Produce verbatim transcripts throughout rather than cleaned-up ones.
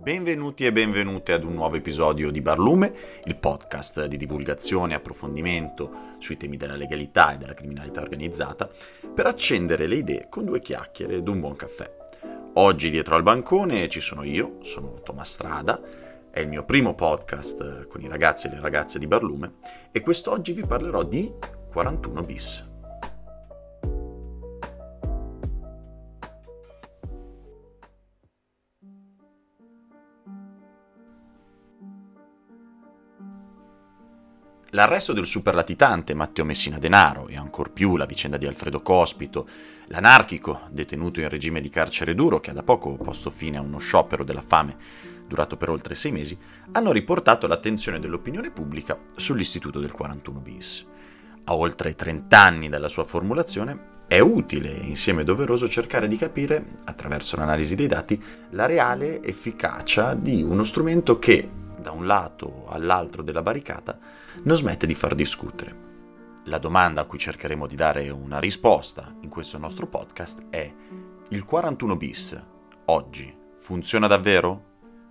Benvenuti e benvenute ad un nuovo episodio di Barlume, il podcast di divulgazione e approfondimento sui temi della legalità e della criminalità organizzata, per accendere le idee con due chiacchiere ed un buon caffè. Oggi dietro al bancone ci sono io, sono Thomas Strada, è il mio primo podcast con i ragazzi e le ragazze di Barlume e quest'oggi vi parlerò di quarantuno bis. L'arresto del superlatitante Matteo Messina Denaro e ancor più la vicenda di Alfredo Cospito, l'anarchico detenuto in regime di carcere duro che ha da poco posto fine a uno sciopero della fame durato per oltre sei mesi, hanno riportato l'attenzione dell'opinione pubblica sull'istituto del quarantuno bis. A oltre trenta anni dalla sua formulazione è utile e insieme doveroso cercare di capire, attraverso l'analisi dei dati, la reale efficacia di uno strumento che, da un lato all'altro della barricata, non smette di far discutere. La domanda a cui cercheremo di dare una risposta in questo nostro podcast è: il quarantuno bis oggi funziona davvero?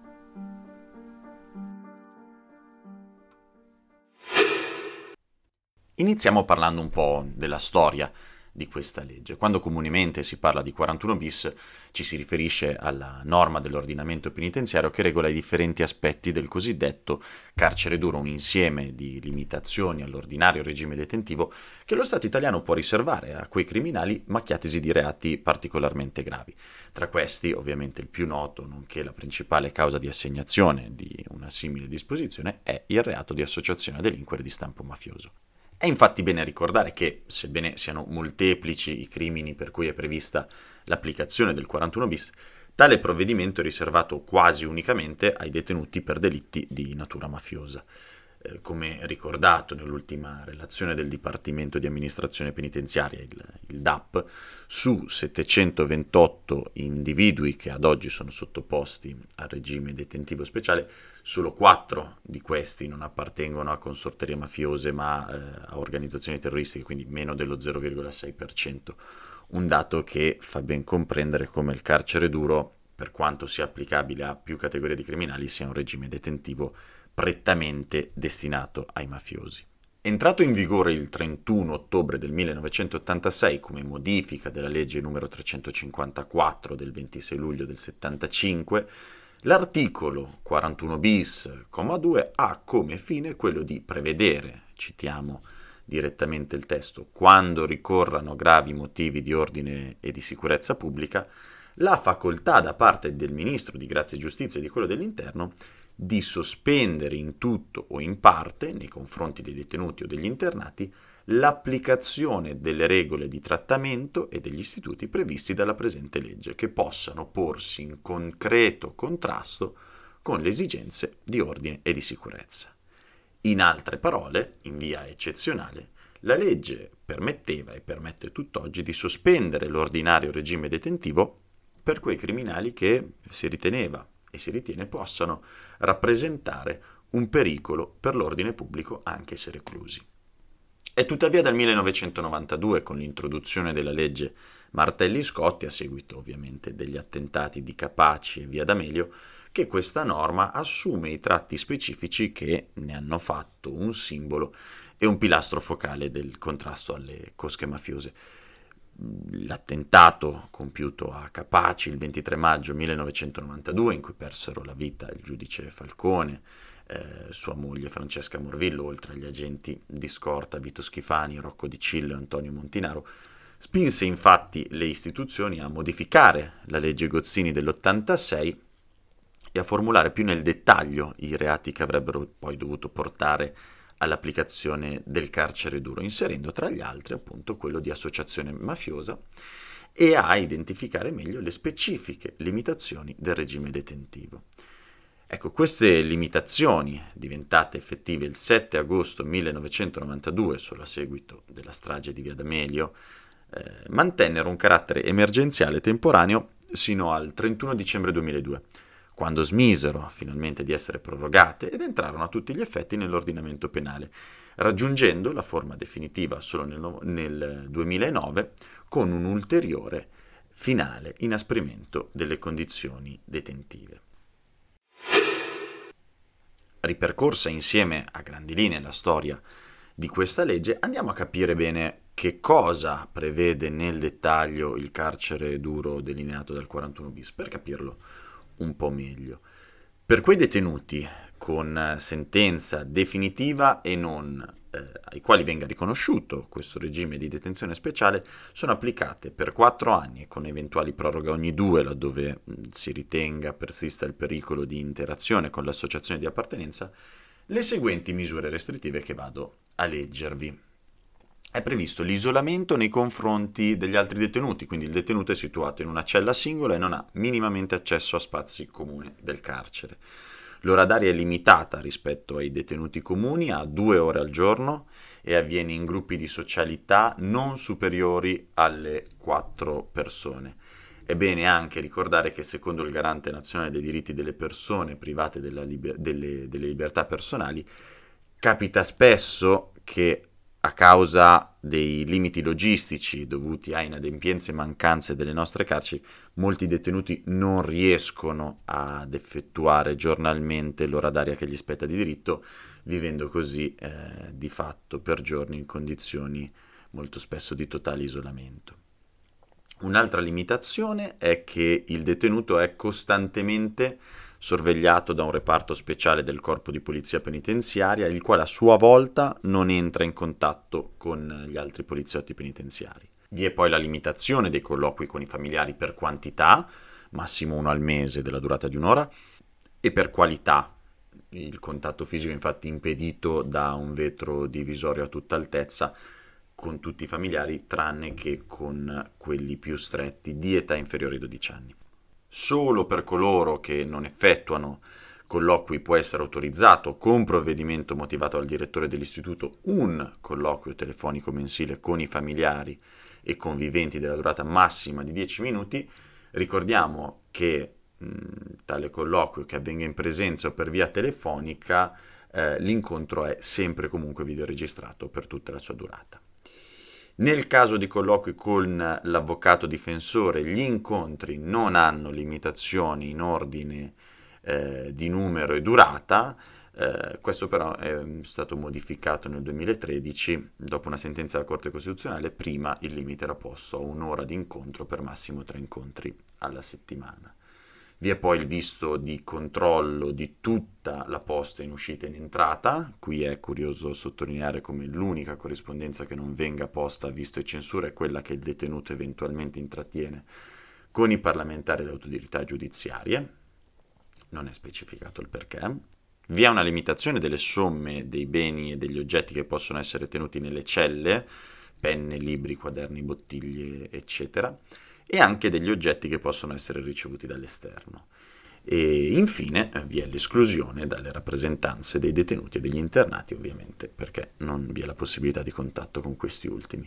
Iniziamo parlando un po' della storia di questa legge. Quando comunemente si parla di quarantuno bis ci si riferisce alla norma dell'ordinamento penitenziario che regola i differenti aspetti del cosiddetto carcere duro, un insieme di limitazioni all'ordinario regime detentivo che lo Stato italiano può riservare a quei criminali macchiatisi di reati particolarmente gravi. Tra questi, ovviamente il più noto, nonché la principale causa di assegnazione di una simile disposizione, è il reato di associazione a delinquere di stampo mafioso. È infatti bene ricordare che, sebbene siano molteplici i crimini per cui è prevista l'applicazione del quarantuno bis, tale provvedimento è riservato quasi unicamente ai detenuti per delitti di natura mafiosa. Eh, come ricordato nell'ultima relazione del Dipartimento di Amministrazione Penitenziaria, il, il D A P, su settecentoventotto individui che ad oggi sono sottoposti al regime detentivo speciale, solo quattro di questi non appartengono a consorterie mafiose ma eh, a organizzazioni terroristiche, quindi meno dello zero virgola sei per cento. Un dato che fa ben comprendere come il carcere duro, per quanto sia applicabile a più categorie di criminali, sia un regime detentivo prettamente destinato ai mafiosi. Entrato in vigore il trentuno ottobre del millenovecentottantasei come modifica della legge numero trecentocinquantaquattro del ventisei luglio del settantacinque, l'articolo quarantuno bis, comma due, ha come fine quello di prevedere, citiamo direttamente il testo, quando ricorrano gravi motivi di ordine e di sicurezza pubblica, la facoltà da parte del Ministro di Grazia e Giustizia e di quello dell'Interno di sospendere in tutto o in parte, nei confronti dei detenuti o degli internati, l'applicazione delle regole di trattamento e degli istituti previsti dalla presente legge, che possano porsi in concreto contrasto con le esigenze di ordine e di sicurezza. In altre parole, in via eccezionale, la legge permetteva e permette tutt'oggi di sospendere l'ordinario regime detentivo per quei criminali che si riteneva e si ritiene possano rappresentare un pericolo per l'ordine pubblico anche se reclusi. È tuttavia dal millenovecentonovantadue, con l'introduzione della legge Martelli-Scotti, a seguito ovviamente degli attentati di Capaci e via D'Amelio, che questa norma assume i tratti specifici che ne hanno fatto un simbolo e un pilastro focale del contrasto alle cosche mafiose. L'attentato compiuto a Capaci il ventitré maggio millenovecentonovantadue, in cui persero la vita il giudice Falcone, eh, sua moglie Francesca Morvillo, oltre agli agenti di scorta Vito Schifani, Rocco Di Cillo e Antonio Montinaro, spinse infatti le istituzioni a modificare la legge Gozzini dell'ottantasei e a formulare più nel dettaglio i reati che avrebbero poi dovuto portare all'applicazione del carcere duro, inserendo tra gli altri appunto quello di associazione mafiosa e a identificare meglio le specifiche limitazioni del regime detentivo. Ecco, queste limitazioni, diventate effettive il sette agosto millenovecentonovantadue, solo a seguito della strage di via D'Amelio, eh, mantennero un carattere emergenziale temporaneo sino al trentuno dicembre duemiladue, quando smisero finalmente di essere prorogate ed entrarono a tutti gli effetti nell'ordinamento penale, raggiungendo la forma definitiva solo nel, nel duemilanove con un ulteriore finale inasprimento delle condizioni detentive. ripercorsa insieme a grandi linee la storia di questa legge, andiamo a capire bene che cosa prevede nel dettaglio il carcere duro delineato dal quarantuno bis, per capirlo un po' meglio. Per quei detenuti con sentenza definitiva e non, eh, ai quali venga riconosciuto questo regime di detenzione speciale, sono applicate per quattro anni e con eventuali proroghe ogni due, laddove mh, si ritenga persista il pericolo di interazione con l'associazione di appartenenza, le seguenti misure restrittive che vado a leggervi. È previsto l'isolamento nei confronti degli altri detenuti, quindi il detenuto è situato in una cella singola e non ha minimamente accesso a spazi comuni del carcere. L'ora d'aria è limitata rispetto ai detenuti comuni a due ore al giorno e avviene in gruppi di socialità non superiori alle quattro persone. È bene anche ricordare che secondo il Garante nazionale dei diritti delle persone private della liber- delle, delle libertà personali, capita spesso che a causa dei limiti logistici dovuti a inadempienze e mancanze delle nostre carceri, molti detenuti non riescono ad effettuare giornalmente l'ora d'aria che gli spetta di diritto, vivendo così eh, di fatto per giorni in condizioni molto spesso di totale isolamento. Un'altra limitazione è che il detenuto è costantemente sorvegliato da un reparto speciale del Corpo di Polizia Penitenziaria, il quale a sua volta non entra in contatto con gli altri poliziotti penitenziari. Vi è poi la limitazione dei colloqui con i familiari per quantità, massimo uno al mese della durata di un'ora, e per qualità. Il contatto fisico è infatti impedito da un vetro divisorio a tutta altezza con tutti i familiari, tranne che con quelli più stretti di età inferiore ai dodici anni. Solo per coloro che non effettuano colloqui può essere autorizzato, con provvedimento motivato dal direttore dell'istituto, un colloquio telefonico mensile con i familiari e conviventi della durata massima di dieci minuti. Ricordiamo che mh, tale colloquio, che avvenga in presenza o per via telefonica, eh, l'incontro è sempre comunque videoregistrato per tutta la sua durata. Nel caso di colloqui con l'avvocato difensore, gli incontri non hanno limitazioni in ordine eh, di numero e durata. Eh, questo però è stato modificato nel duemilatredici dopo una sentenza della Corte Costituzionale. Prima il limite era posto a un'ora di incontro per massimo tre incontri alla settimana. Vi è poi il visto di controllo di tutta la posta in uscita e in entrata. Qui è curioso sottolineare come l'unica corrispondenza che non venga posta a visto e censura è quella che il detenuto eventualmente intrattiene con i parlamentari e le autorità giudiziarie. Non è specificato il perché. Vi è una limitazione delle somme dei beni e degli oggetti che possono essere tenuti nelle celle, penne, libri, quaderni, bottiglie, eccetera, e anche degli oggetti che possono essere ricevuti dall'esterno. E infine vi è l'esclusione dalle rappresentanze dei detenuti e degli internati, ovviamente, perché non vi è la possibilità di contatto con questi ultimi.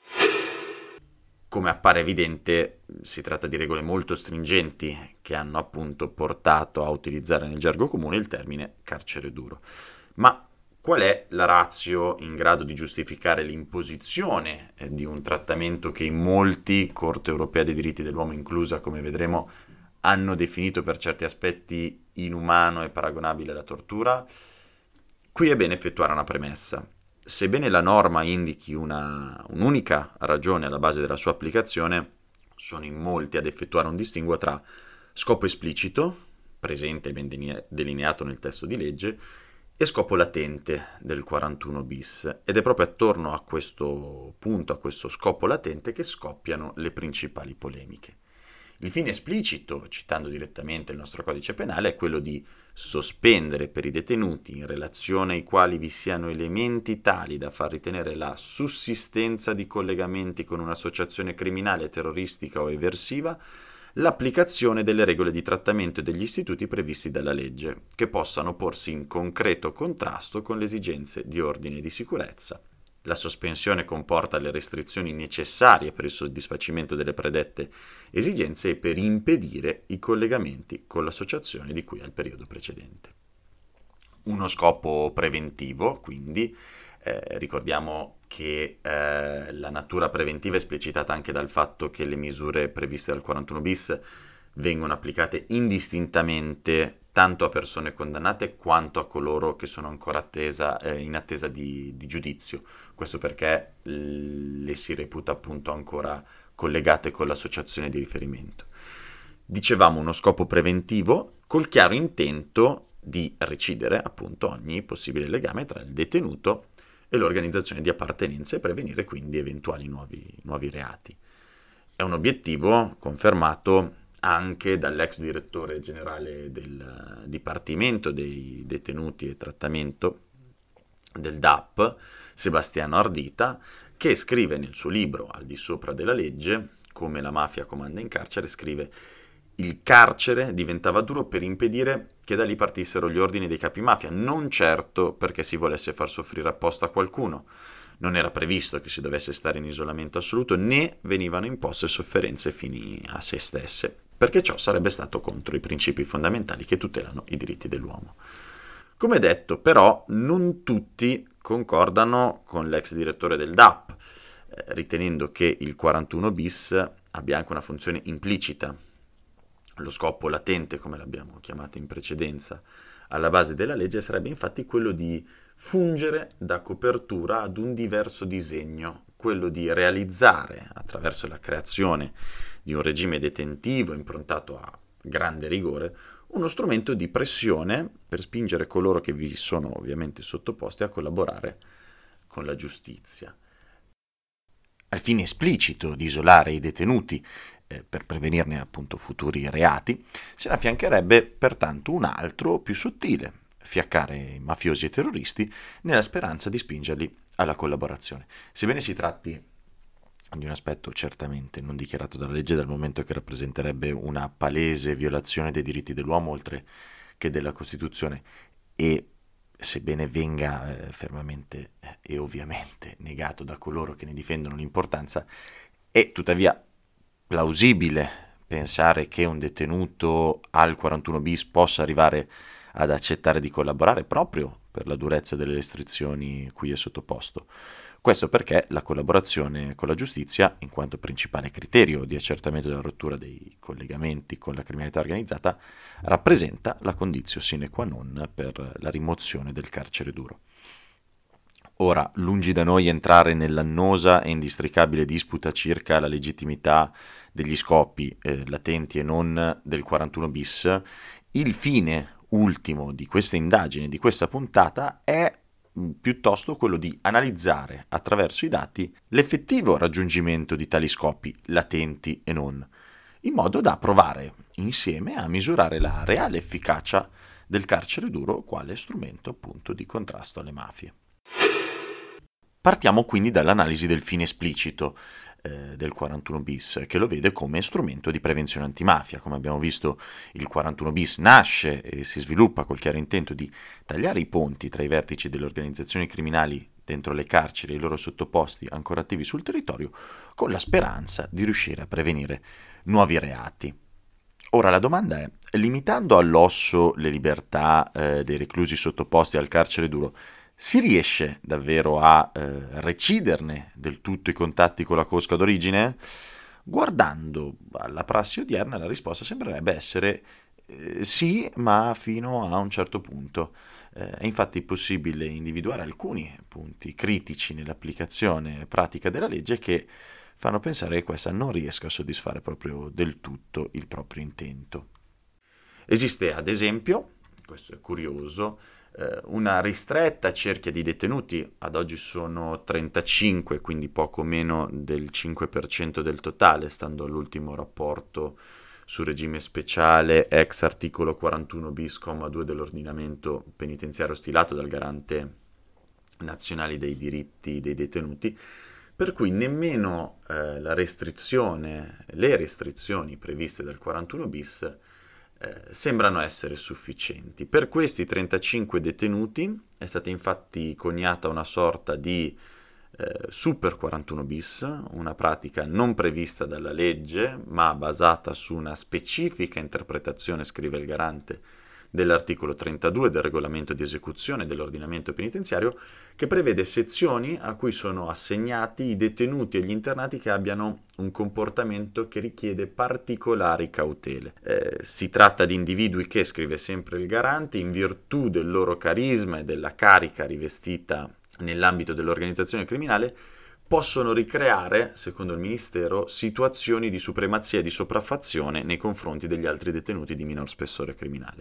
Come appare evidente, si tratta di regole molto stringenti che hanno appunto portato a utilizzare nel gergo comune il termine carcere duro. Ma qual è la ratio in grado di giustificare l'imposizione di un trattamento che in molti, Corte Europea dei diritti dell'uomo inclusa, come vedremo, hanno definito per certi aspetti inumano e paragonabile alla tortura? Qui è bene effettuare una premessa. Sebbene la norma indichi una, un'unica ragione alla base della sua applicazione, sono in molti ad effettuare un distinguo tra scopo esplicito, presente e ben delineato nel testo di legge, e scopo latente del quarantuno bis, ed è proprio attorno a questo punto, a questo scopo latente, che scoppiano le principali polemiche. Il fine esplicito, citando direttamente il nostro codice penale, è quello di sospendere per i detenuti in relazione ai quali vi siano elementi tali da far ritenere la sussistenza di collegamenti con un'associazione criminale, terroristica o eversiva, l'applicazione delle regole di trattamento e degli istituti previsti dalla legge, che possano porsi in concreto contrasto con le esigenze di ordine e di sicurezza. La sospensione comporta le restrizioni necessarie per il soddisfacimento delle predette esigenze e per impedire i collegamenti con l'associazione di cui al periodo precedente. Uno scopo preventivo, quindi, eh, ricordiamo che eh, la natura preventiva è esplicitata anche dal fatto che le misure previste dal quarantuno bis vengono applicate indistintamente tanto a persone condannate quanto a coloro che sono ancora attesa, eh, in attesa di, di giudizio. Questo perché le si reputa appunto ancora collegate con l'associazione di riferimento. Dicevamo uno scopo preventivo col chiaro intento di recidere appunto ogni possibile legame tra il detenuto e l'organizzazione di appartenenza e prevenire quindi eventuali nuovi, nuovi reati. È un obiettivo confermato anche dall'ex direttore generale del Dipartimento dei Detenuti e Trattamento del D A P, Sebastiano Ardita, che scrive nel suo libro Al di sopra della legge, come la mafia comanda in carcere, scrive: il carcere diventava duro per impedire che da lì partissero gli ordini dei capi mafia, non certo perché si volesse far soffrire apposta qualcuno. Non era previsto che si dovesse stare in isolamento assoluto, né venivano imposte sofferenze fini a se stesse, perché ciò sarebbe stato contro i principi fondamentali che tutelano i diritti dell'uomo. Come detto, però, non tutti concordano con l'ex direttore del D A P, eh, ritenendo che il quarantuno bis abbia anche una funzione implicita. Lo scopo latente, come l'abbiamo chiamato in precedenza, alla base della legge sarebbe infatti quello di fungere da copertura ad un diverso disegno, quello di realizzare, attraverso la creazione di un regime detentivo improntato a grande rigore, uno strumento di pressione per spingere coloro che vi sono ovviamente sottoposti a collaborare con la giustizia. Al fine esplicito di isolare i detenuti eh, per prevenirne appunto futuri reati, se ne affiancherebbe pertanto un altro più sottile: fiaccare i mafiosi e terroristi nella speranza di spingerli alla collaborazione. Sebbene si tratti di un aspetto certamente non dichiarato dalla legge, dal momento che rappresenterebbe una palese violazione dei diritti dell'uomo oltre che della Costituzione, e sebbene venga eh, fermamente eh, e ovviamente negato da coloro che ne difendono l'importanza, è tuttavia plausibile pensare che un detenuto al quarantuno bis possa arrivare ad accettare di collaborare proprio per la durezza delle restrizioni cui è sottoposto. Questo perché la collaborazione con la giustizia, in quanto principale criterio di accertamento della rottura dei collegamenti con la criminalità organizzata, rappresenta la conditio sine qua non per la rimozione del carcere duro. Ora, lungi da noi entrare nell'annosa e indistricabile disputa circa la legittimità degli scopi eh, latenti e non del quarantuno bis, il fine ultimo di questa indagine, di questa puntata, è piuttosto quello di analizzare attraverso i dati l'effettivo raggiungimento di tali scopi, latenti e non, in modo da provare insieme a misurare la reale efficacia del carcere duro quale strumento appunto di contrasto alle mafie. Partiamo quindi dall'analisi del fine esplicito eh, del quarantuno bis, che lo vede come strumento di prevenzione antimafia. Come abbiamo visto, il quarantuno bis nasce e si sviluppa col chiaro intento di tagliare i ponti tra i vertici delle organizzazioni criminali dentro le carceri e i loro sottoposti ancora attivi sul territorio, con la speranza di riuscire a prevenire nuovi reati. Ora la domanda è: limitando all'osso le libertà eh, dei reclusi sottoposti al carcere duro, si riesce davvero a eh, reciderne del tutto i contatti con la cosca d'origine? Guardando alla prassi odierna, la risposta sembrerebbe essere eh, sì, ma fino a un certo punto. Eh, è infatti possibile individuare alcuni punti critici nell'applicazione pratica della legge che fanno pensare che questa non riesca a soddisfare proprio del tutto il proprio intento. Esiste ad esempio, questo è curioso, una ristretta cerchia di detenuti, ad oggi sono trentacinque, quindi poco meno del cinque per cento del totale, stando all'ultimo rapporto sul regime speciale ex articolo quarantuno bis, comma due dell'ordinamento penitenziario stilato dal Garante nazionale dei diritti dei detenuti, per cui nemmeno eh, la restrizione, le restrizioni previste dal quarantuno bis Eh, sembrano essere sufficienti. Per questi trentacinque detenuti è stata infatti coniata una sorta di eh, super quarantuno bis, una pratica non prevista dalla legge, ma basata su una specifica interpretazione, scrive il Garante, dell'articolo trentadue del regolamento di esecuzione dell'ordinamento penitenziario, che prevede sezioni a cui sono assegnati i detenuti e gli internati che abbiano un comportamento che richiede particolari cautele. Eh, si tratta di individui che, scrive sempre il garante, in virtù del loro carisma e della carica rivestita nell'ambito dell'organizzazione criminale, possono ricreare, secondo il Ministero, situazioni di supremazia e di sopraffazione nei confronti degli altri detenuti di minor spessore criminale.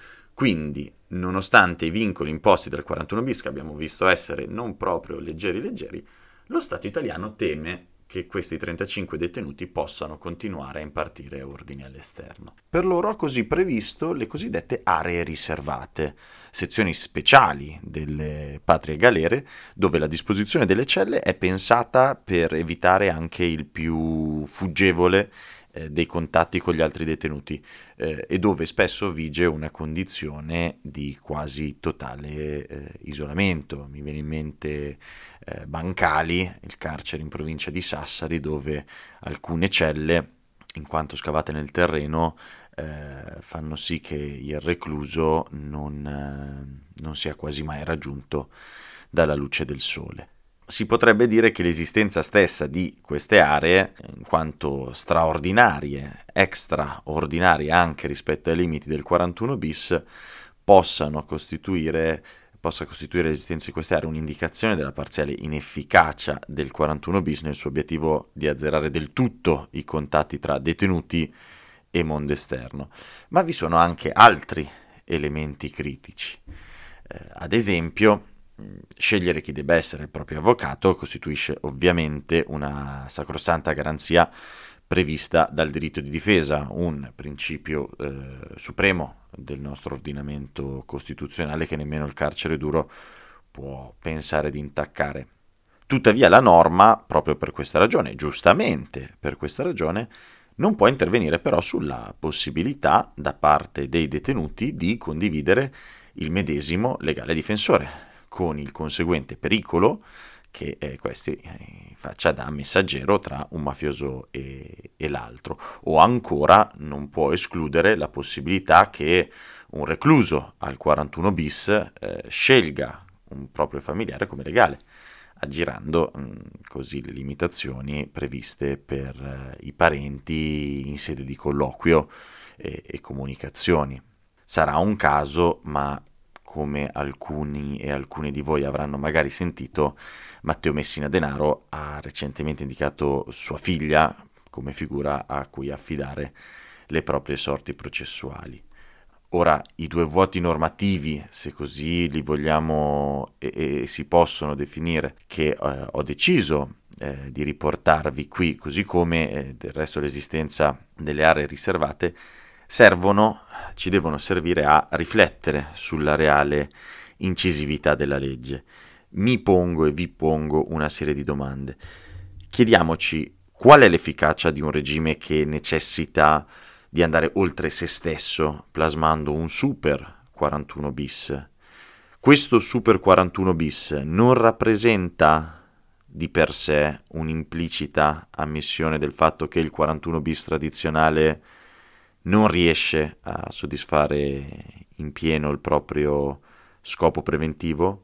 Quindi, nonostante i vincoli imposti dal quarantuno bis, che abbiamo visto essere non proprio leggeri leggeri, lo Stato italiano teme che questi trentacinque detenuti possano continuare a impartire ordini all'esterno. Per loro ha così previsto le cosiddette aree riservate, sezioni speciali delle patrie galere, dove la disposizione delle celle è pensata per evitare anche il più fuggevole eh, dei contatti con gli altri detenuti eh, e dove spesso vige una condizione di quasi totale eh, isolamento. Mi viene in mente eh, Bancali, il carcere in provincia di Sassari, dove alcune celle, in quanto scavate nel terreno, eh, fanno sì che il recluso non, eh, non sia quasi mai raggiunto dalla luce del sole. Si potrebbe dire che l'esistenza stessa di queste aree, in quanto straordinarie, extraordinarie anche rispetto ai limiti del quarantuno bis, possano costituire, possa costituire l'esistenza di queste aree un'indicazione della parziale inefficacia del quarantuno bis nel suo obiettivo di azzerare del tutto i contatti tra detenuti e mondo esterno. Ma vi sono anche altri elementi critici. Eh, ad esempio, scegliere chi debba essere il proprio avvocato costituisce ovviamente una sacrosanta garanzia prevista dal diritto di difesa, un principio eh, supremo del nostro ordinamento costituzionale che nemmeno il carcere duro può pensare di intaccare. Tuttavia la norma, proprio per questa ragione, giustamente per questa ragione, non può intervenire però sulla possibilità da parte dei detenuti di condividere il medesimo legale difensore, con il conseguente pericolo che eh, questi eh, faccia da messaggero tra un mafioso e, e l'altro, o ancora non può escludere la possibilità che un recluso al quarantuno bis eh, scelga un proprio familiare come legale, aggirando mh, così le limitazioni previste per eh, i parenti in sede di colloquio e, e comunicazioni. Sarà un caso, ma come alcuni e alcune di voi avranno magari sentito, Matteo Messina Denaro ha recentemente indicato sua figlia come figura a cui affidare le proprie sorti processuali. Ora, i due vuoti normativi, se così li vogliamo e, e si possono definire, che eh, ho deciso eh, di riportarvi qui, così come eh, del resto l'esistenza delle aree riservate, servono, ci devono servire a riflettere sulla reale incisività della legge. Mi pongo e vi pongo una serie di domande. Chiediamoci qual è l'efficacia di un regime che necessita di andare oltre se stesso, plasmando un super quarantuno bis. Questo super quarantuno bis non rappresenta di per sé un'implicita ammissione del fatto che il quarantuno bis tradizionale non riesce a soddisfare in pieno il proprio scopo preventivo?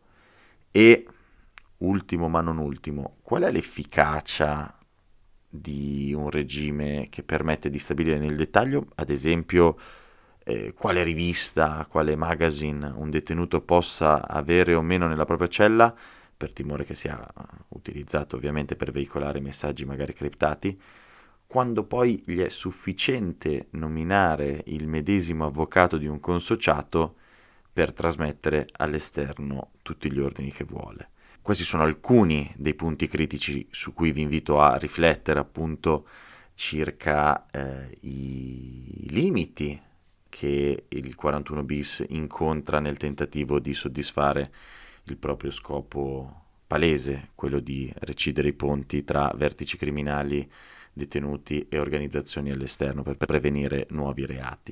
E, ultimo ma non ultimo, qual è l'efficacia di un regime che permette di stabilire nel dettaglio, ad esempio, eh, quale rivista, quale magazine un detenuto possa avere o meno nella propria cella, per timore che sia utilizzato ovviamente per veicolare messaggi magari criptati, quando poi gli è sufficiente nominare il medesimo avvocato di un consociato per trasmettere all'esterno tutti gli ordini che vuole. Questi sono alcuni dei punti critici su cui vi invito a riflettere, appunto, circa eh, i limiti che il quarantuno bis incontra nel tentativo di soddisfare il proprio scopo palese, quello di recidere i ponti tra vertici criminali, detenuti e organizzazioni all'esterno per prevenire nuovi reati.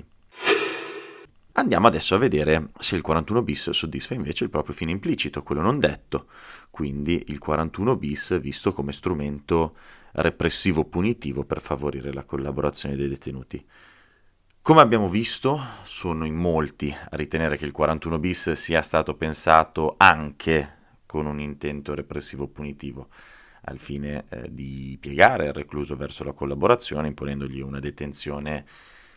Andiamo adesso a vedere se il quarantuno bis soddisfa invece il proprio fine implicito, quello non detto, quindi il quarantuno bis visto come strumento repressivo punitivo per favorire la collaborazione dei detenuti. Come abbiamo visto, sono in molti a ritenere che il quarantuno bis sia stato pensato anche con un intento repressivo punitivo, al fine eh, di piegare il recluso verso la collaborazione, imponendogli una detenzione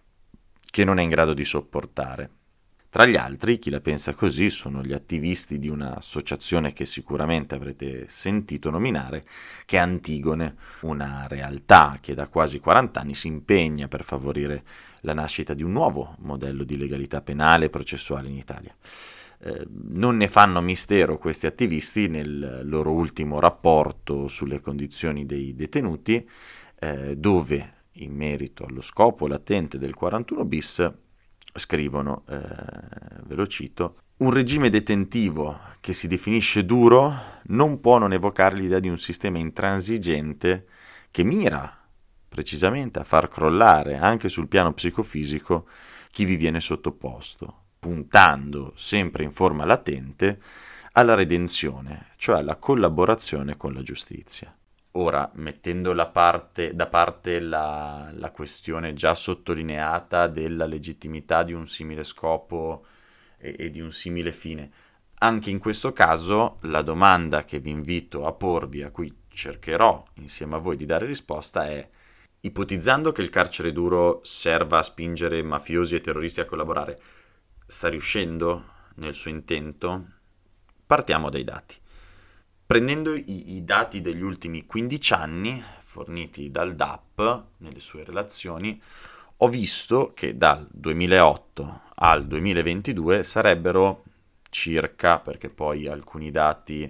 che non è in grado di sopportare. Tra gli altri, chi la pensa così sono gli attivisti di un'associazione che sicuramente avrete sentito nominare, che è Antigone, una realtà che da quasi quaranta anni si impegna per favorire la nascita di un nuovo modello di legalità penale e processuale in Italia. Eh, non ne fanno mistero questi attivisti nel loro ultimo rapporto sulle condizioni dei detenuti, eh, dove, in merito allo scopo latente del quarantuno bis, scrivono, eh, ve lo cito, un regime detentivo che si definisce duro non può non evocare l'idea di un sistema intransigente che mira precisamente a far crollare anche sul piano psicofisico chi vi viene sottoposto, puntando sempre in forma latente alla redenzione, cioè alla collaborazione con la giustizia. Ora, mettendo la parte, da parte la, la questione già sottolineata della legittimità di un simile scopo e, e di un simile fine, anche in questo caso la domanda che vi invito a porvi, a cui cercherò insieme a voi di dare risposta, è: ipotizzando che il carcere duro serva a spingere mafiosi e terroristi a collaborare, sta riuscendo nel suo intento? Partiamo dai dati. Prendendo i, i dati degli ultimi quindici anni, forniti dal D A P nelle sue relazioni, ho visto che dal duemilaotto al duemilaventidue sarebbero circa, perché poi alcuni dati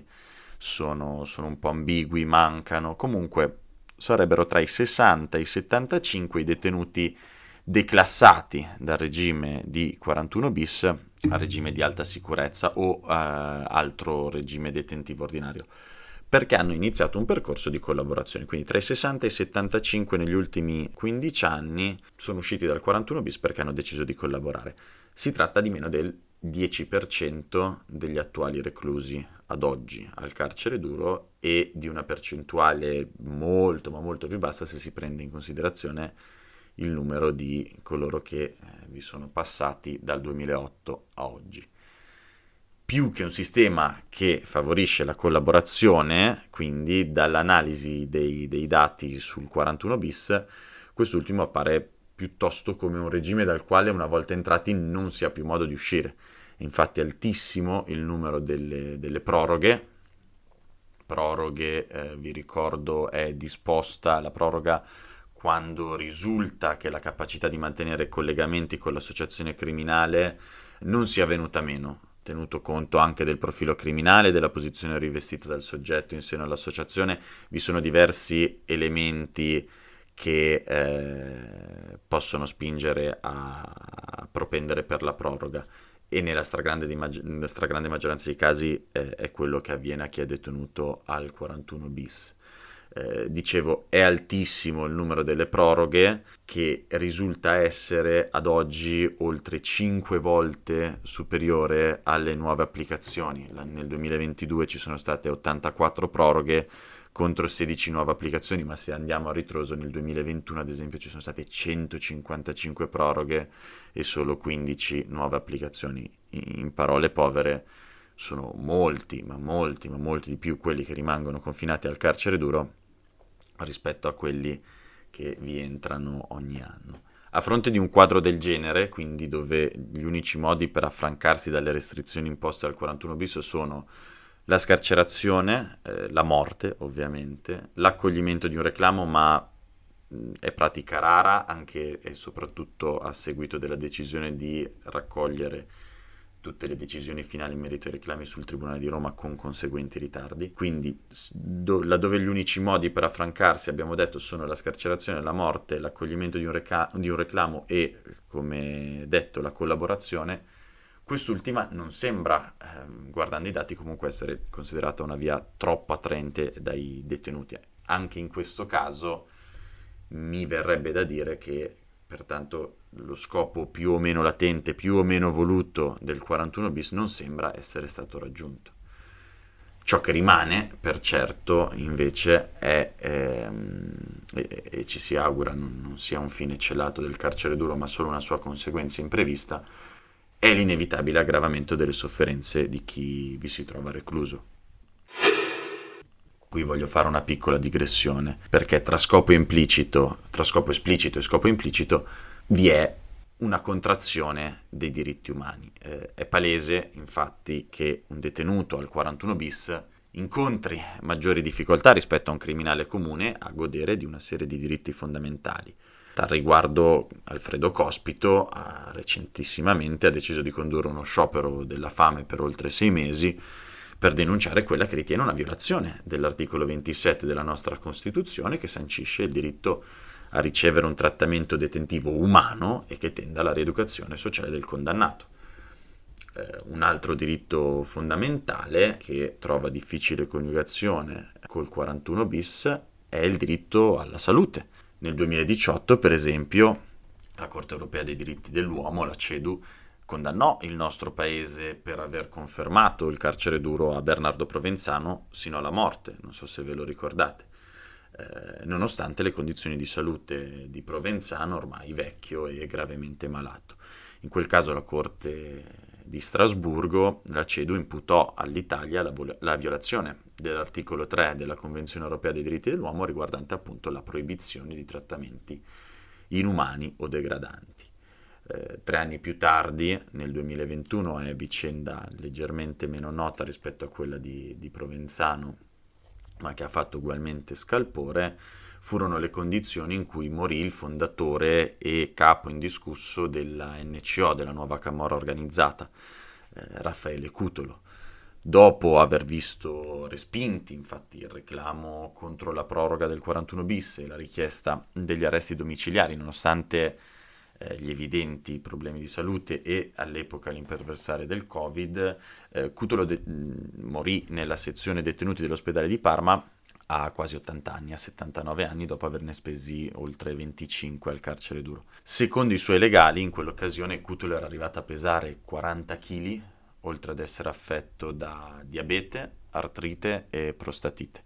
sono, sono un po' ambigui, mancano, comunque sarebbero tra i sessanta e i settantacinque i detenuti declassati dal regime di quarantuno bis al regime di alta sicurezza o eh, altro regime detentivo ordinario, perché hanno iniziato un percorso di collaborazione. Quindi tra i sessanta e i settantacinque negli ultimi quindici anni sono usciti dal quarantuno bis perché hanno deciso di collaborare. Si tratta di meno del dieci per cento degli attuali reclusi ad oggi al carcere duro e di una percentuale molto ma molto più bassa se si prende in considerazione il numero di coloro che eh, vi sono passati dal duemilaotto a oggi. Più che un sistema che favorisce la collaborazione, quindi dall'analisi dei, dei dati sul quarantuno bis, quest'ultimo appare piuttosto come un regime dal quale una volta entrati non si ha più modo di uscire. Infatti è altissimo il numero delle, delle proroghe. Proroghe, eh, vi ricordo, è disposta la proroga quando risulta che la capacità di mantenere collegamenti con l'associazione criminale non sia venuta meno, tenuto conto anche del profilo criminale e della posizione rivestita dal soggetto in seno all'associazione. Vi sono diversi elementi che eh, possono spingere a, a propendere per la proroga, e nella stragrande, di maggi- nella stragrande maggioranza dei casi eh, è quello che avviene a chi è detenuto al quarantuno bis. Eh, dicevo, è altissimo il numero delle proroghe, che risulta essere ad oggi oltre cinque volte superiore alle nuove applicazioni. Nel duemilaventidue ci sono state ottantaquattro proroghe contro sedici nuove applicazioni, ma se andiamo a ritroso nel duemilaventuno ad esempio ci sono state centocinquantacinque proroghe e solo quindici nuove applicazioni. In parole povere, sono molti, ma molti, ma molti di più quelli che rimangono confinati al carcere duro rispetto a quelli che vi entrano ogni anno. A fronte di un quadro del genere, quindi dove gli unici modi per affrancarsi dalle restrizioni imposte al quarantuno bis sono la scarcerazione, eh, la morte ovviamente, l'accoglimento di un reclamo, ma mh, è pratica rara anche e soprattutto a seguito della decisione di raccogliere tutte le decisioni finali in merito ai reclami sul Tribunale di Roma con conseguenti ritardi. Quindi do, laddove gli unici modi per affrancarsi, abbiamo detto, sono la scarcerazione, la morte, l'accoglimento di un, reca- di un reclamo e, come detto, la collaborazione, quest'ultima non sembra, eh, guardando i dati, comunque essere considerata una via troppo attraente dai detenuti. Anche in questo caso mi verrebbe da dire che pertanto lo scopo più o meno latente, più o meno voluto del quarantuno bis non sembra essere stato raggiunto. Ciò che rimane, per certo, invece, è, ehm, e, e ci si augura non, non sia un fine celato del carcere duro, ma solo una sua conseguenza imprevista, è l'inevitabile aggravamento delle sofferenze di chi vi si trova recluso. Qui voglio fare una piccola digressione, perché tra scopo implicito, tra scopo esplicito e scopo implicito vi è una contrazione dei diritti umani. Eh, è palese, infatti, che un detenuto al quarantuno bis incontri maggiori difficoltà rispetto a un criminale comune a godere di una serie di diritti fondamentali. Al riguardo, Alfredo Cospito ha recentissimamente ha deciso di condurre uno sciopero della fame per oltre sei mesi per denunciare quella che ritiene una violazione dell'articolo ventisette della nostra Costituzione, che sancisce il diritto a ricevere un trattamento detentivo umano e che tenda alla rieducazione sociale del condannato. Eh, un altro diritto fondamentale che trova difficile coniugazione col quarantuno bis è il diritto alla salute. Nel duemiladiciotto, per esempio, la Corte europea dei diritti dell'uomo, la CEDU, condannò il nostro paese per aver confermato il carcere duro a Bernardo Provenzano sino alla morte, non so se ve lo ricordate, eh, nonostante le condizioni di salute di Provenzano, ormai vecchio e gravemente malato. In quel caso la Corte di Strasburgo, la CEDU, imputò all'Italia la, vol- la violazione dell'articolo tre della Convenzione europea dei diritti dell'uomo riguardante appunto la proibizione di trattamenti inumani o degradanti. Eh, tre anni più tardi, nel duemilaventuno, è vicenda leggermente meno nota rispetto a quella di, di Provenzano, ma che ha fatto ugualmente scalpore, furono le condizioni in cui morì il fondatore e capo indiscusso della N C O, della nuova Camorra organizzata, eh, Raffaele Cutolo. Dopo aver visto respinti, infatti, il reclamo contro la proroga del quarantuno bis e la richiesta degli arresti domiciliari, nonostante eh, gli evidenti problemi di salute e all'epoca l'imperversare del Covid, eh, Cutolo de- morì nella sezione detenuti dell'ospedale di Parma a quasi ottanta anni, a settantanove anni, dopo averne spesi oltre venticinque al carcere duro. Secondo i suoi legali, in quell'occasione Cutolo era arrivato a pesare quaranta chili, oltre ad essere affetto da diabete, artrite e prostatite.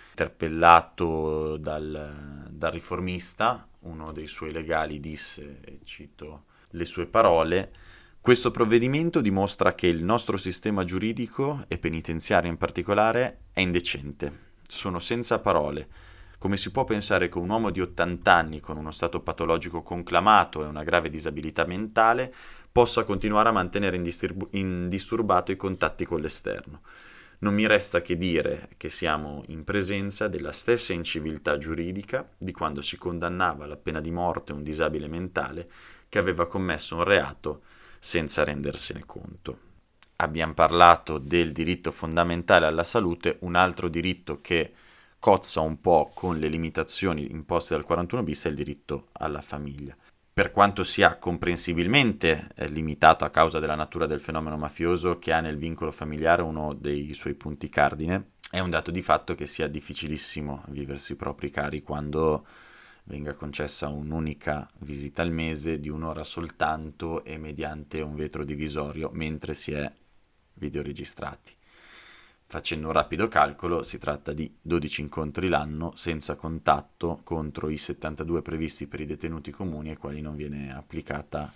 Interpellato dal, dal riformista, uno dei suoi legali disse, e cito le sue parole: questo provvedimento dimostra che il nostro sistema giuridico, e penitenziario in particolare, è indecente. Sono senza parole. Come si può pensare che un uomo di ottanta anni con uno stato patologico conclamato e una grave disabilità mentale possa continuare a mantenere indisturb- indisturbato i contatti con l'esterno? Non mi resta che dire che siamo in presenza della stessa inciviltà giuridica di quando si condannava alla pena di morte un disabile mentale che aveva commesso un reato senza rendersene conto. Abbiamo parlato del diritto fondamentale alla salute, un altro diritto che cozza un po' con le limitazioni imposte dal quarantuno bis è il diritto alla famiglia. Per quanto sia comprensibilmente eh, limitato a causa della natura del fenomeno mafioso, che ha nel vincolo familiare uno dei suoi punti cardine, è un dato di fatto che sia difficilissimo viversi i propri cari quando venga concessa un'unica visita al mese di un'ora soltanto e mediante un vetro divisorio mentre si è videoregistrati. Facendo un rapido calcolo, si tratta di dodici incontri l'anno senza contatto contro i settantadue previsti per i detenuti comuni, ai quali non viene applicata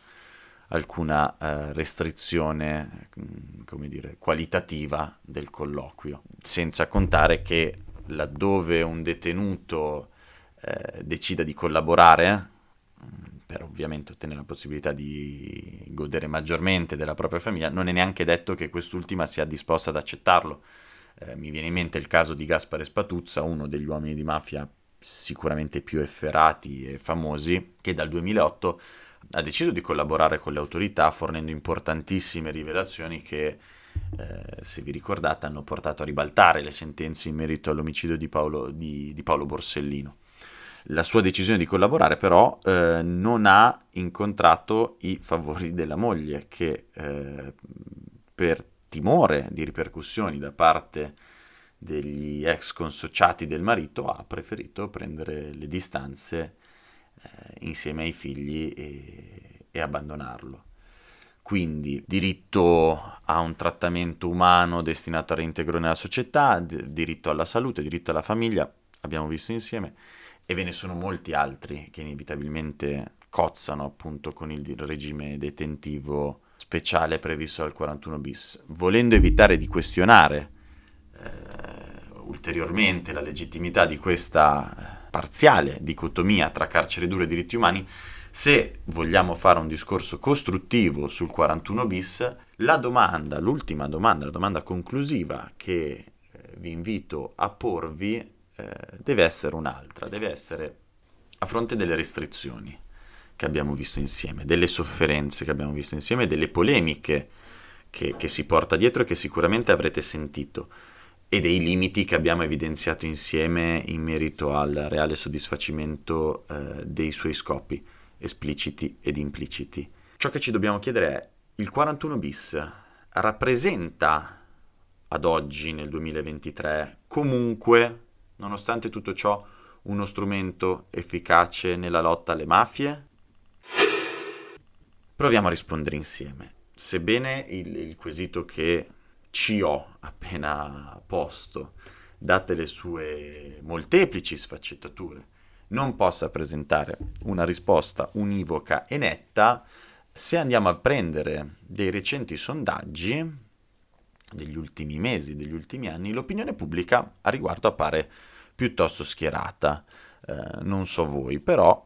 alcuna eh, restrizione, come dire, qualitativa del colloquio. Senza contare che laddove un detenuto eh, decida di collaborare, per ovviamente ottenere la possibilità di godere maggiormente della propria famiglia, non è neanche detto che quest'ultima sia disposta ad accettarlo. Eh, mi viene in mente il caso di Gaspare Spatuzza, uno degli uomini di mafia sicuramente più efferati e famosi, che dal duemilaotto ha deciso di collaborare con le autorità fornendo importantissime rivelazioni che, eh, se vi ricordate, hanno portato a ribaltare le sentenze in merito all'omicidio di Paolo, di, di Paolo Borsellino. La sua decisione di collaborare però eh, non ha incontrato i favori della moglie, che eh, per timore di ripercussioni da parte degli ex consociati del marito ha preferito prendere le distanze eh, insieme ai figli e, e abbandonarlo. quindi diritto a un trattamento umano destinato al reintegro nella società, d- diritto alla salute, diritto alla famiglia, abbiamo visto insieme, e ve ne sono molti altri che inevitabilmente cozzano appunto con il regime detentivo speciale previsto dal quarantuno bis. Volendo evitare di questionare eh, ulteriormente la legittimità di questa parziale dicotomia tra carcere duro e diritti umani, se vogliamo fare un discorso costruttivo sul quarantuno bis, la domanda, l'ultima domanda, la domanda conclusiva che eh, vi invito a porvi eh, deve essere un'altra, deve essere a fronte delle restrizioni che abbiamo visto insieme, delle sofferenze che abbiamo visto insieme, delle polemiche che, che si porta dietro e che sicuramente avrete sentito, e dei limiti che abbiamo evidenziato insieme in merito al reale soddisfacimento eh, dei suoi scopi, espliciti ed impliciti. Ciò che ci dobbiamo chiedere è: il quarantuno bis rappresenta ad oggi, nel duemilaventitré, comunque, nonostante tutto ciò, uno strumento efficace nella lotta alle mafie? Proviamo a rispondere insieme. Sebbene il, il quesito che ci ho appena posto, date le sue molteplici sfaccettature, non possa presentare una risposta univoca e netta, se andiamo a prendere dei recenti sondaggi degli ultimi mesi, degli ultimi anni, l'opinione pubblica a riguardo appare piuttosto schierata. Eh, non so voi, però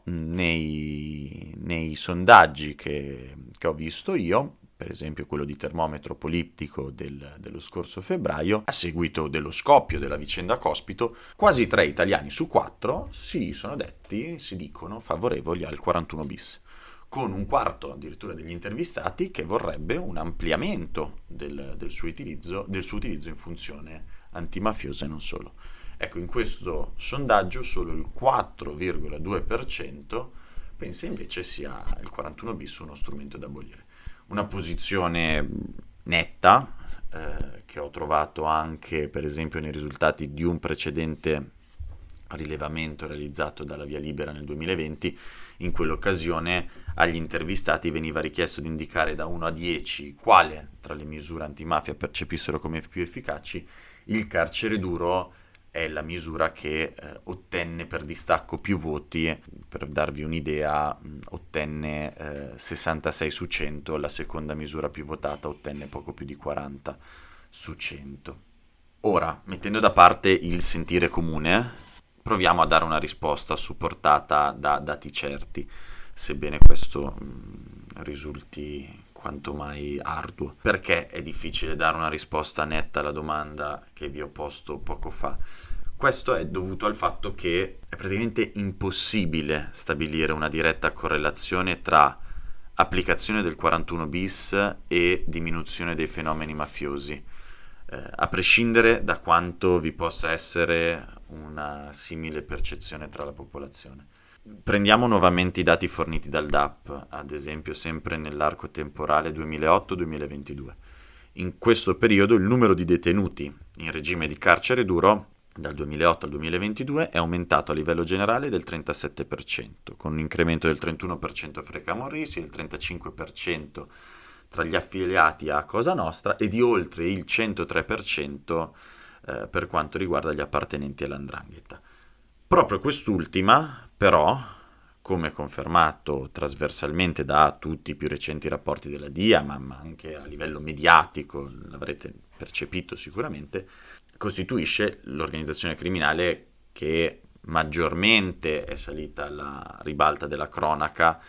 nei, nei sondaggi che, che ho visto io, per esempio quello di termometro politico del, dello scorso febbraio, a seguito dello scoppio della vicenda Cospito, quasi tre italiani su quattro si sono detti, si dicono favorevoli al quarantuno bis, con un quarto addirittura degli intervistati che vorrebbe un ampliamento del, del, suo utilizzo, del suo utilizzo in funzione antimafiosa e non solo. Ecco, in questo sondaggio solo il quattro virgola due per cento pensa invece sia il quarantuno bis uno strumento da abolire. Una posizione netta, eh, che ho trovato anche per esempio nei risultati di un precedente rilevamento realizzato dalla Via Libera nel duemilaventi. In quell'occasione agli intervistati veniva richiesto di indicare da uno a dieci quale tra le misure antimafia percepissero come più efficaci. Il carcere duro è la misura che eh, ottenne per distacco più voti. Per darvi un'idea, mh, ottenne eh, sessantasei su cento, la seconda misura più votata ottenne poco più di quaranta su cento. Ora, mettendo da parte il sentire comune, proviamo a dare una risposta supportata da dati certi, sebbene questo mh, risulti quanto mai arduo. Perché è difficile dare una risposta netta alla domanda che vi ho posto poco fa? Questo è dovuto al fatto che è praticamente impossibile stabilire una diretta correlazione tra applicazione del quarantuno bis e diminuzione dei fenomeni mafiosi, eh, a prescindere da quanto vi possa essere una simile percezione tra la popolazione. Prendiamo nuovamente i dati forniti dal D A P, ad esempio sempre nell'arco temporale duemilaotto duemilaventidue. In questo periodo il numero di detenuti in regime di carcere duro dal duemilaotto al duemilaventidue è aumentato a livello generale del trentasette per cento, con un incremento del trentuno per cento fra i camorristi, il trentacinque per cento tra gli affiliati a Cosa Nostra e di oltre il centotré per cento eh, per quanto riguarda gli appartenenti all'Andrangheta. Proprio quest'ultima, però, come confermato trasversalmente da tutti i più recenti rapporti della D I A, ma, ma anche a livello mediatico, l'avrete percepito sicuramente, costituisce l'organizzazione criminale che maggiormente è salita alla ribalta della cronaca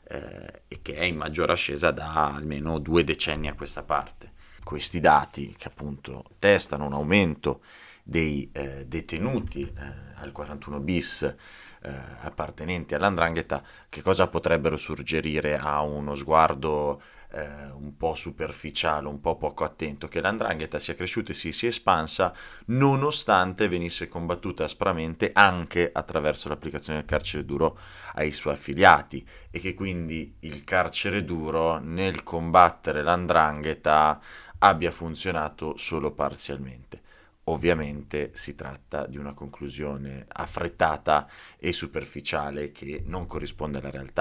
eh, e che è in maggior ascesa da almeno due decenni a questa parte. Questi dati, che appunto testano un aumento dei eh, detenuti eh, al quarantuno bis eh, appartenenti all'Andrangheta, che cosa potrebbero suggerire a uno sguardo eh, un po' superficiale, un po' poco attento? Che l'Andrangheta sia cresciuta e si sia espansa nonostante venisse combattuta aspramente anche attraverso l'applicazione del carcere duro ai suoi affiliati, e che quindi il carcere duro nel combattere l'Andrangheta abbia funzionato solo parzialmente. Ovviamente si tratta di una conclusione affrettata e superficiale che non corrisponde alla realtà,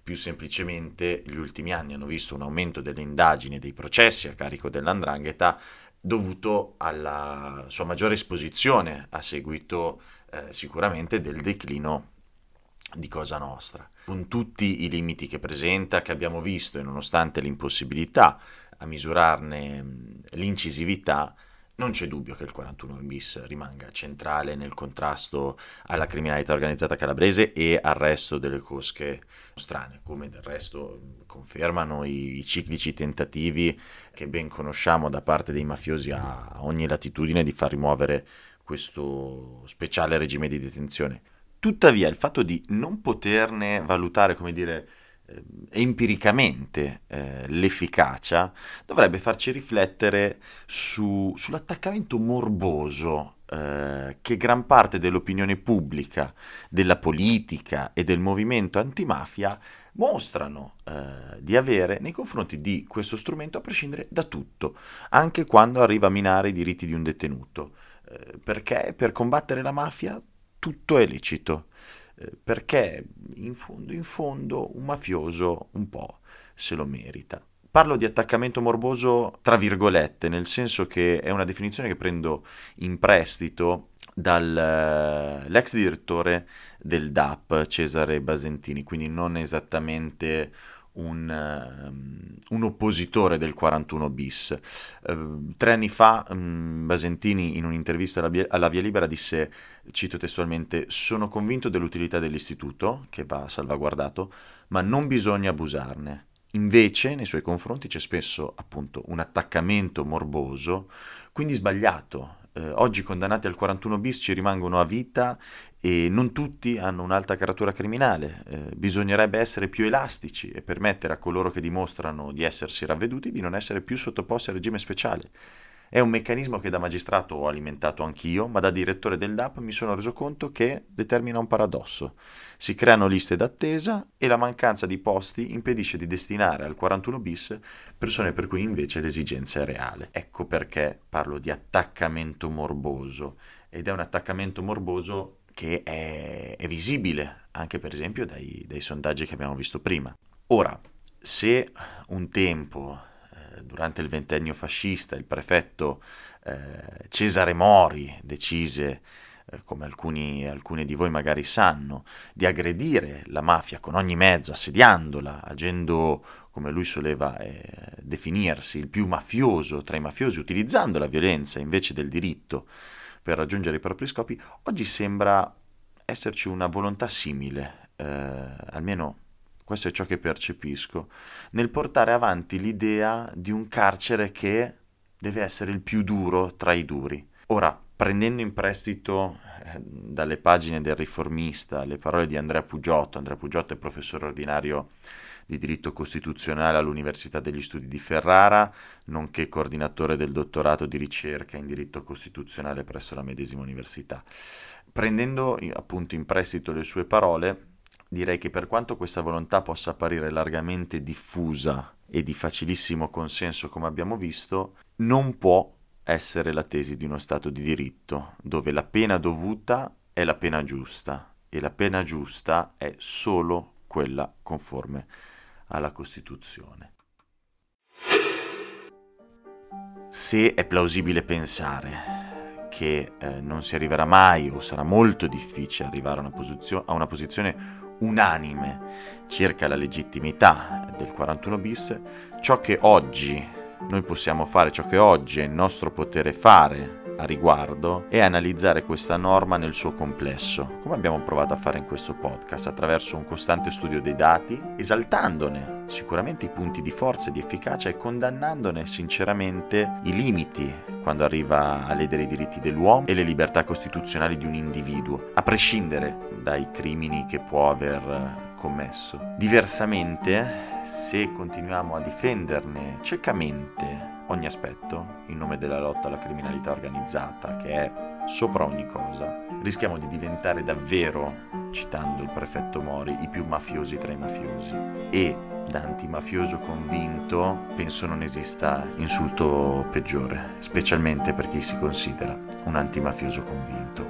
Più semplicemente gli ultimi anni hanno visto un aumento delle indagini e dei processi a carico dell''ndrangheta dovuto alla sua maggiore esposizione a seguito eh, sicuramente del declino di Cosa Nostra. Con tutti i limiti che presenta, che abbiamo visto, e nonostante l'impossibilità a misurarne l'incisività, non c'è dubbio che il quarantuno bis rimanga centrale nel contrasto alla criminalità organizzata calabrese e al resto delle cosche strane, come del resto confermano i, i ciclici tentativi che ben conosciamo da parte dei mafiosi a, a ogni latitudine di far rimuovere questo speciale regime di detenzione. Tuttavia, il fatto di non poterne valutare, come dire, eh, empiricamente eh, l'efficacia dovrebbe farci riflettere su, sull'attaccamento morboso eh, che gran parte dell'opinione pubblica, della politica e del movimento antimafia mostrano eh, di avere nei confronti di questo strumento, a prescindere da tutto, anche quando arriva a minare i diritti di un detenuto. Eh, perché per combattere la mafia tutto è lecito, eh, perché in fondo, in fondo un mafioso un po' se lo merita. Parlo di attaccamento morboso tra virgolette, nel senso che è una definizione che prendo in prestito dall'ex direttore del D A P, Cesare Basentini, quindi non esattamente un, um, un oppositore del quarantuno bis. Uh, tre anni fa um, Basentini in un'intervista alla Via, alla Via Libera disse, cito testualmente: sono convinto dell'utilità dell'istituto, che va salvaguardato, ma non bisogna abusarne. Invece nei suoi confronti c'è spesso appunto un attaccamento morboso, quindi sbagliato. Eh, oggi condannati al quarantuno bis ci rimangono a vita e non tutti hanno un'alta caratura criminale. Eh, bisognerebbe essere più elastici e permettere a coloro che dimostrano di essersi ravveduti di non essere più sottoposti al regime speciale. È un meccanismo che da magistrato ho alimentato anch'io, ma da direttore del D A P mi sono reso conto che determina un paradosso. Si creano liste d'attesa e la mancanza di posti impedisce di destinare al quarantuno bis persone per cui invece l'esigenza è reale. Ecco perché parlo di attaccamento morboso, ed è un attaccamento morboso che è, è visibile anche per esempio dai, dai sondaggi che abbiamo visto prima. Ora, se un tempo, durante il ventennio fascista, il prefetto eh, Cesare Mori decise, eh, come alcuni, alcuni di voi magari sanno, di aggredire la mafia con ogni mezzo, assediandola, agendo, come lui soleva eh, definirsi, il più mafioso tra i mafiosi, utilizzando la violenza invece del diritto per raggiungere i propri scopi. Oggi sembra esserci una volontà simile, eh, almeno questo è ciò che percepisco, nel portare avanti l'idea di un carcere che deve essere il più duro tra i duri. Ora, prendendo in prestito eh, dalle pagine del Riformista le parole di Andrea Pugiotto, Andrea Pugiotto è professore ordinario di diritto costituzionale all'Università degli Studi di Ferrara, nonché coordinatore del dottorato di ricerca in diritto costituzionale presso la medesima università. Prendendo appunto in prestito le sue parole, direi che per quanto questa volontà possa apparire largamente diffusa e di facilissimo consenso, come abbiamo visto, non può essere la tesi di uno Stato di diritto, dove la pena dovuta è la pena giusta e la pena giusta è solo quella conforme alla Costituzione. Se è plausibile pensare che eh, non si arriverà mai o sarà molto difficile arrivare a una, posizio- a una posizione unanime circa la legittimità del quarantuno bis, ciò che oggi noi possiamo fare, ciò che oggi è il nostro potere fare a riguardo è analizzare questa norma nel suo complesso, come abbiamo provato a fare in questo podcast, attraverso un costante studio dei dati, esaltandone sicuramente i punti di forza e di efficacia e condannandone sinceramente i limiti quando arriva a ledere i diritti dell'uomo e le libertà costituzionali di un individuo, a prescindere dai crimini che può aver commesso. Diversamente, se continuiamo a difenderne ciecamente ogni aspetto in nome della lotta alla criminalità organizzata, che è sopra ogni cosa, rischiamo di diventare davvero, citando il prefetto Mori, i più mafiosi tra i mafiosi. E da antimafioso convinto penso non esista insulto peggiore, specialmente per chi si considera un antimafioso convinto.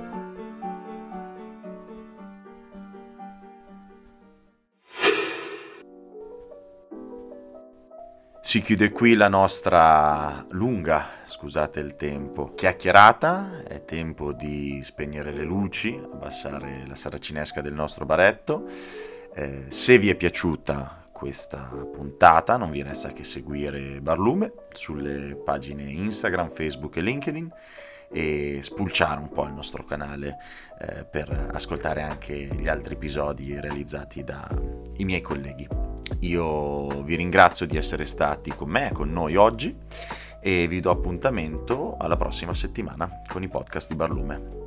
Si chiude qui la nostra lunga, scusate il tempo, chiacchierata. È tempo di spegnere le luci, abbassare la saracinesca del nostro baretto. Eh, se vi è piaciuta questa puntata, non vi resta che seguire Barlume sulle pagine Instagram, Facebook e LinkedIn e spulciare un po' il nostro canale eh, per ascoltare anche gli altri episodi realizzati dai miei colleghi. Io vi ringrazio di essere stati con me, con noi oggi, e vi do appuntamento alla prossima settimana con i podcast di Barlume.